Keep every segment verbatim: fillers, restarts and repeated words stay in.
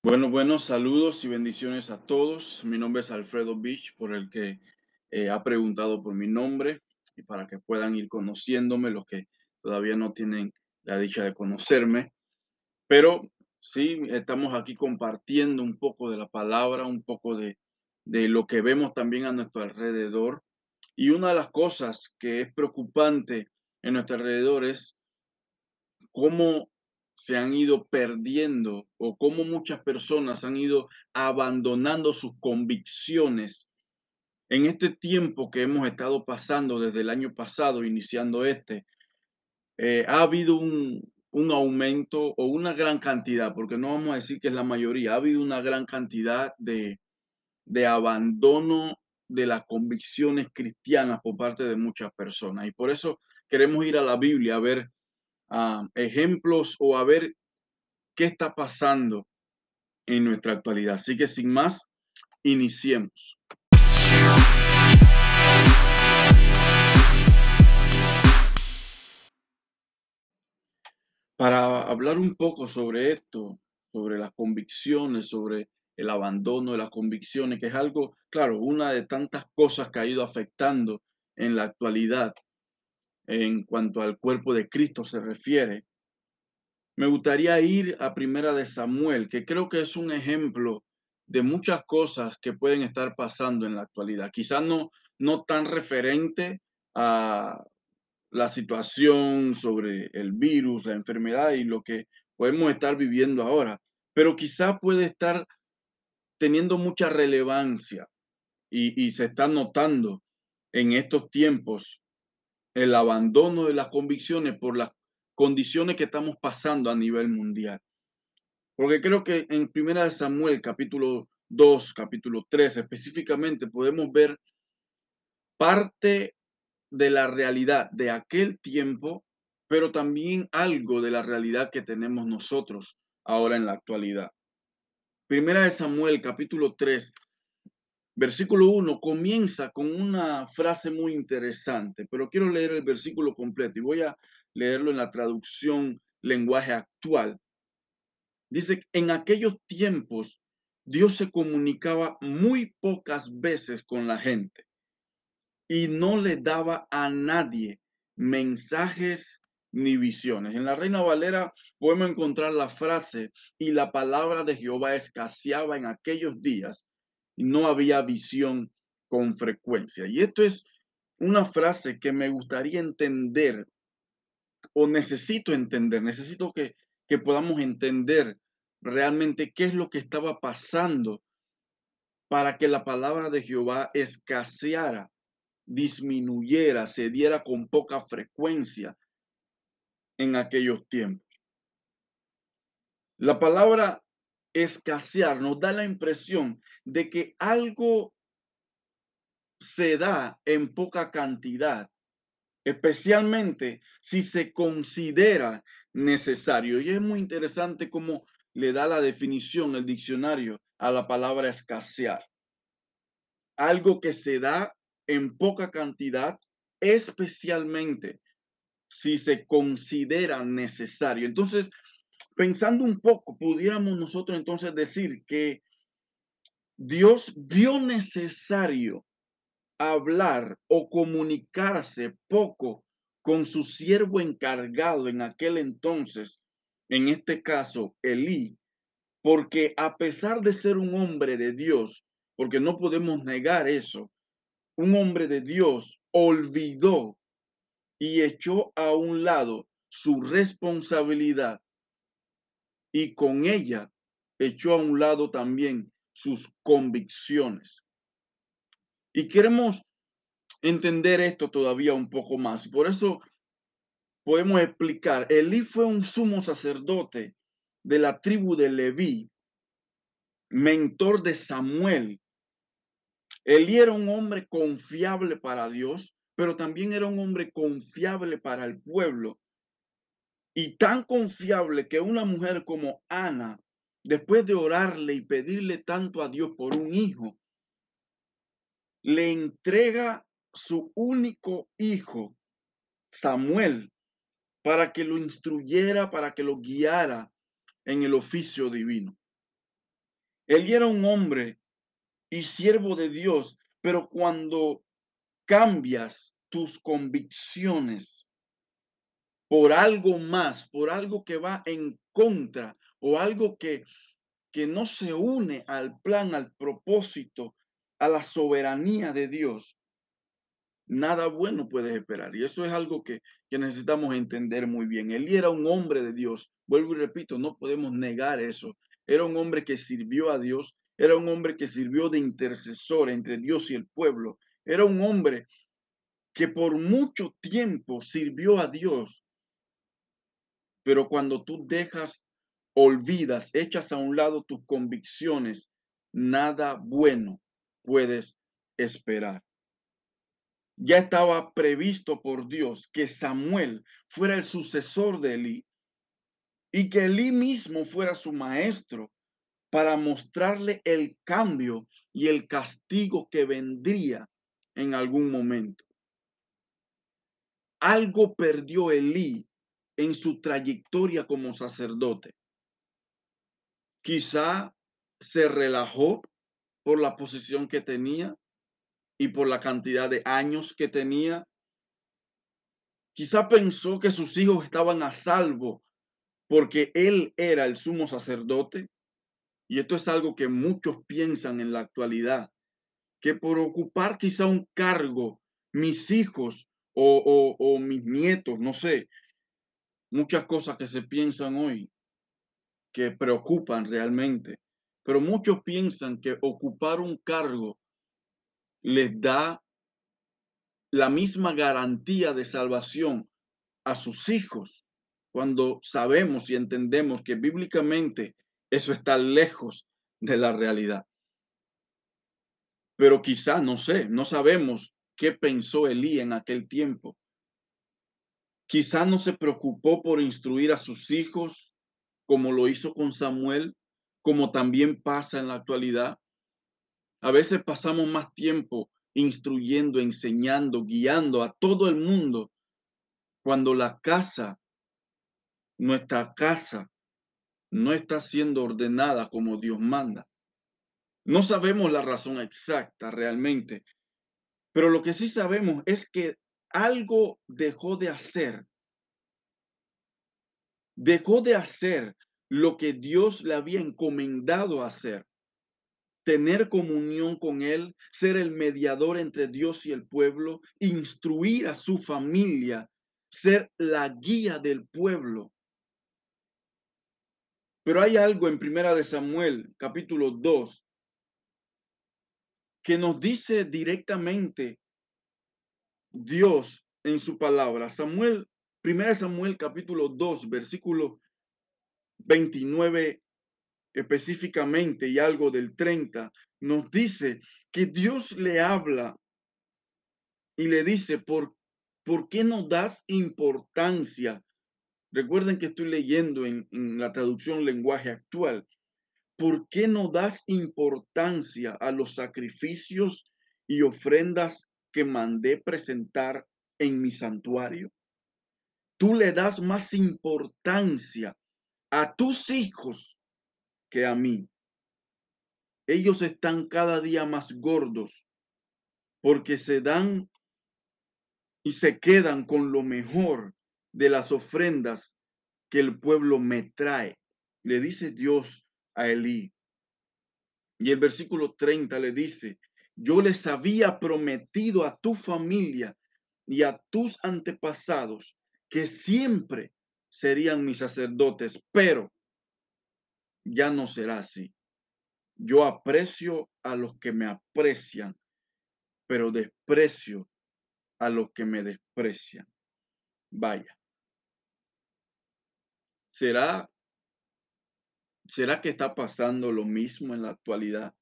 Bueno, buenos saludos y bendiciones a todos. Mi nombre es Alfredo Beach, por el que eh, ha preguntado por mi nombre y para que puedan ir conociéndome los que todavía no tienen la dicha de conocerme. Pero sí, estamos aquí compartiendo un poco de la palabra, un poco de, de lo que vemos también a nuestro alrededor. Y una de las cosas que es preocupante en nuestro alrededor es cómo se han ido perdiendo o cómo muchas personas han ido abandonando sus convicciones en este tiempo que hemos estado pasando desde el año pasado, iniciando este. Eh, ha habido un, un aumento o una gran cantidad, porque no vamos a decir que es la mayoría, ha habido una gran cantidad de, de abandono de las convicciones cristianas por parte de muchas personas. Y por eso queremos ir a la Biblia a ver ah, ejemplos o a ver qué está pasando en nuestra actualidad. Así que sin más, iniciemos. Para hablar un poco sobre esto, sobre las convicciones, sobre el abandono de las convicciones, que es algo, claro, una de tantas cosas que ha ido afectando en la actualidad en cuanto al cuerpo de Cristo se refiere. Me gustaría ir a Primera de Samuel, que creo que es un ejemplo de muchas cosas que pueden estar pasando en la actualidad. Quizás no, no tan referente a la situación sobre el virus, la enfermedad y lo que podemos estar viviendo ahora, pero quizás puede estar teniendo mucha relevancia y, y se está notando en estos tiempos el abandono de las convicciones por las condiciones que estamos pasando a nivel mundial. Porque creo que en Primera de Samuel, capítulo dos, capítulo tres, específicamente, podemos ver parte de la realidad de aquel tiempo, pero también algo de la realidad que tenemos nosotros ahora en la actualidad. Primera de Samuel, capítulo tres, versículo uno, comienza con una frase muy interesante, pero quiero leer el versículo completo y voy a leerlo en la traducción lenguaje actual. Dice, en aquellos tiempos Dios se comunicaba muy pocas veces con la gente y no le daba a nadie mensajes ni visiones. En la Reina Valera podemos encontrar la frase, y la palabra de Jehová escaseaba en aquellos días y no había visión con frecuencia. Y esto es una frase que me gustaría entender o necesito entender, necesito que, que podamos entender realmente qué es lo que estaba pasando para que la palabra de Jehová escaseara, disminuyera, se diera con poca frecuencia en aquellos tiempos. La palabra escasear nos da la impresión de que algo se da en poca cantidad, especialmente si se considera necesario. Y es muy interesante cómo le da la definición el diccionario a la palabra escasear. Algo que se da en poca cantidad, especialmente si se considera necesario. Entonces, pensando un poco, pudiéramos nosotros entonces decir que Dios vio necesario hablar o comunicarse poco con su siervo encargado en aquel entonces, en este caso Elí, porque a pesar de ser un hombre de Dios, porque no podemos negar eso, un hombre de Dios olvidó y echó a un lado su responsabilidad y con ella echó a un lado también sus convicciones. Y queremos entender esto todavía un poco más. Por eso podemos explicar, Elí fue un sumo sacerdote de la tribu de Leví, mentor de Samuel. Elí era un hombre confiable para Dios, pero también era un hombre confiable para el pueblo. Y tan confiable que una mujer como Ana, después de orarle y pedirle tanto a Dios por un hijo, le entrega su único hijo, Samuel, para que lo instruyera, para que lo guiara en el oficio divino. Elí era un hombre y siervo de Dios, pero cuando cambias tus convicciones por algo más, por algo que va en contra o algo que, que no se une al plan, al propósito, a la soberanía de Dios, nada bueno puedes esperar. Y eso es algo que, que necesitamos entender muy bien. Elí era un hombre de Dios. Vuelvo y repito, no podemos negar eso. Era un hombre que sirvió a Dios. Era un hombre que sirvió de intercesor entre Dios y el pueblo. Era un hombre que por mucho tiempo sirvió a Dios. Pero cuando tú dejas, olvidas, echas a un lado tus convicciones, nada bueno puedes esperar. Ya estaba previsto por Dios que Samuel fuera el sucesor de Elí y que Elí mismo fuera su maestro para mostrarle el cambio y el castigo que vendría en algún momento. Algo perdió Elí en su trayectoria como sacerdote. Quizá se relajó por la posición que tenía y por la cantidad de años que tenía. Quizá pensó que sus hijos estaban a salvo porque él era el sumo sacerdote. Y esto es algo que muchos piensan en la actualidad, que por ocupar quizá un cargo, mis hijos o, o, o mis nietos, no sé, muchas cosas que se piensan hoy que preocupan realmente. Pero muchos piensan que ocupar un cargo les da la misma garantía de salvación a sus hijos, cuando sabemos y entendemos que bíblicamente eso está lejos de la realidad. Pero quizá, no sé, no sabemos qué pensó Elí en aquel tiempo. Quizá no se preocupó por instruir a sus hijos como lo hizo con Samuel, como también pasa en la actualidad. A veces pasamos más tiempo instruyendo, enseñando, guiando a todo el mundo cuando la casa, nuestra casa, no está siendo ordenada como Dios manda. No sabemos la razón exacta realmente, pero lo que sí sabemos es que algo dejó de hacer, dejó de hacer lo que Dios le había encomendado hacer, tener comunión con Él, ser el mediador entre Dios y el pueblo, instruir a su familia, ser la guía del pueblo. Pero hay algo en Primera de Samuel, capítulo dos, que nos dice directamente Dios en su palabra. Samuel, Primera de Samuel, capítulo dos, versículo veintinueve específicamente y algo del treinta, nos dice que Dios le habla y le dice, ¿por, ¿por qué no das importancia? Recuerden que estoy leyendo en, en la traducción lenguaje actual. ¿Por qué no das importancia a los sacrificios y ofrendas que mandé presentar en mi santuario? Tú le das más importancia a tus hijos que a mí. Ellos están cada día más gordos porque se dan y se quedan con lo mejor de las ofrendas que el pueblo me trae. Le dice Dios a Elí. Y el versículo treinta le dice, yo les había prometido a tu familia y a tus antepasados que siempre serían mis sacerdotes, pero ya no será así. Yo aprecio a los que me aprecian, pero desprecio a los que me desprecian. Vaya, ¿será, será que está pasando lo mismo en la actualidad?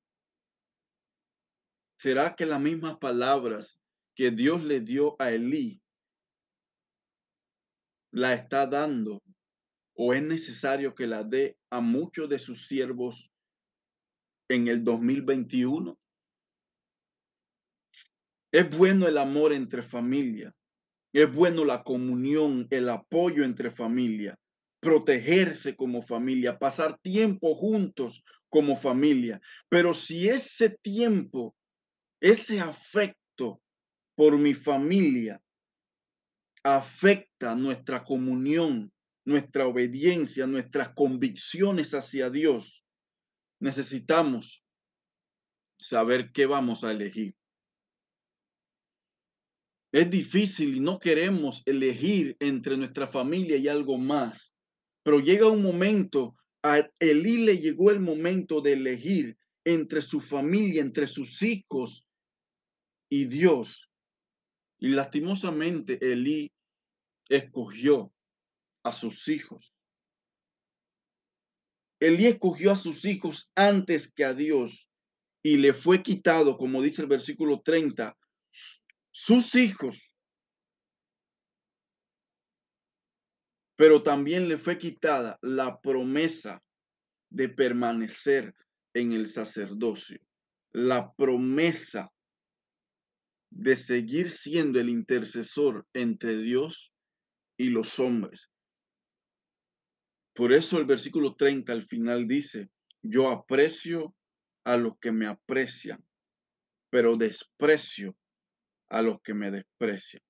¿Será que las mismas palabras que Dios le dio a Elí la está dando o es necesario que la dé a muchos de sus siervos en el dos mil veintiuno? Es bueno el amor entre familia, es bueno la comunión, el apoyo entre familia, protegerse como familia, pasar tiempo juntos como familia. Pero si ese tiempo, ese afecto por mi familia afecta nuestra comunión, nuestra obediencia, nuestras convicciones hacia Dios, necesitamos saber qué vamos a elegir. Es difícil y no queremos elegir entre nuestra familia y algo más, pero llega un momento, a Elí le llegó el momento de elegir entre su familia, entre sus hijos y Dios. Y lastimosamente Elí escogió a sus hijos. Elí escogió a sus hijos antes que a Dios y le fue quitado, como dice el versículo treinta, sus hijos, pero también le fue quitada la promesa de permanecer en el sacerdocio, la promesa de seguir siendo el intercesor entre Dios y los hombres. Por eso el versículo treinta al final dice, yo aprecio a los que me aprecian, pero desprecio a los que me desprecian.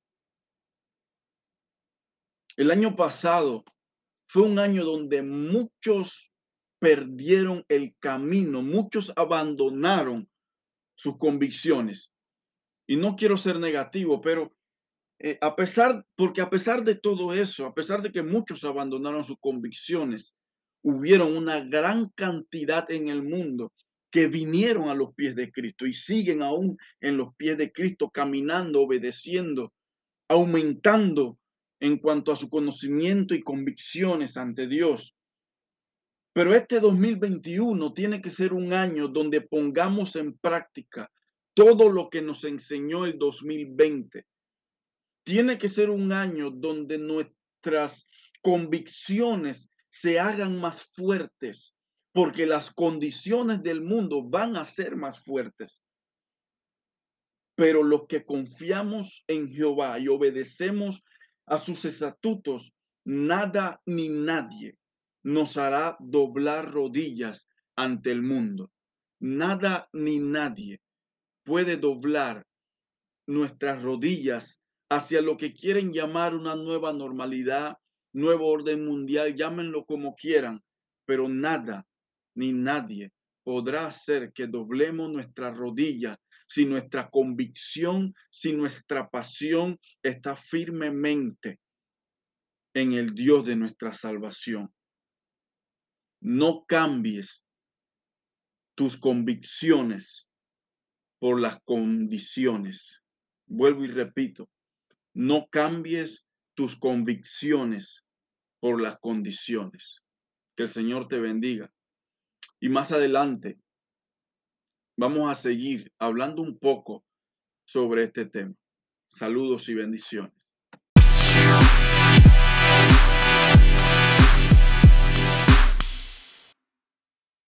El año pasado fue un año donde muchos perdieron el camino, muchos abandonaron sus convicciones. Y no quiero ser negativo, pero eh, a pesar, porque a pesar de todo eso, a pesar de que muchos abandonaron sus convicciones, hubieron una gran cantidad en el mundo que vinieron a los pies de Cristo y siguen aún en los pies de Cristo, caminando, obedeciendo, aumentando en cuanto a su conocimiento y convicciones ante Dios. Pero este dos mil veintiuno tiene que ser un año donde pongamos en práctica todo lo que nos enseñó el dos mil veinte. Tiene que ser un año donde nuestras convicciones se hagan más fuertes, porque las condiciones del mundo van a ser más fuertes. Pero los que confiamos en Jehová y obedecemos a sus estatutos, nada ni nadie nos hará doblar rodillas ante el mundo. Nada ni nadie puede doblar nuestras rodillas hacia lo que quieren llamar una nueva normalidad, nuevo orden mundial, llámenlo como quieran, pero nada ni nadie podrá hacer que doblemos nuestras rodillas si nuestra convicción, si nuestra pasión está firmemente en el Dios de nuestra salvación. No cambies tus convicciones por las condiciones. Vuelvo y repito, no cambies tus convicciones por las condiciones. Que el Señor te bendiga. Y más adelante vamos a seguir hablando un poco sobre este tema. Saludos y bendiciones.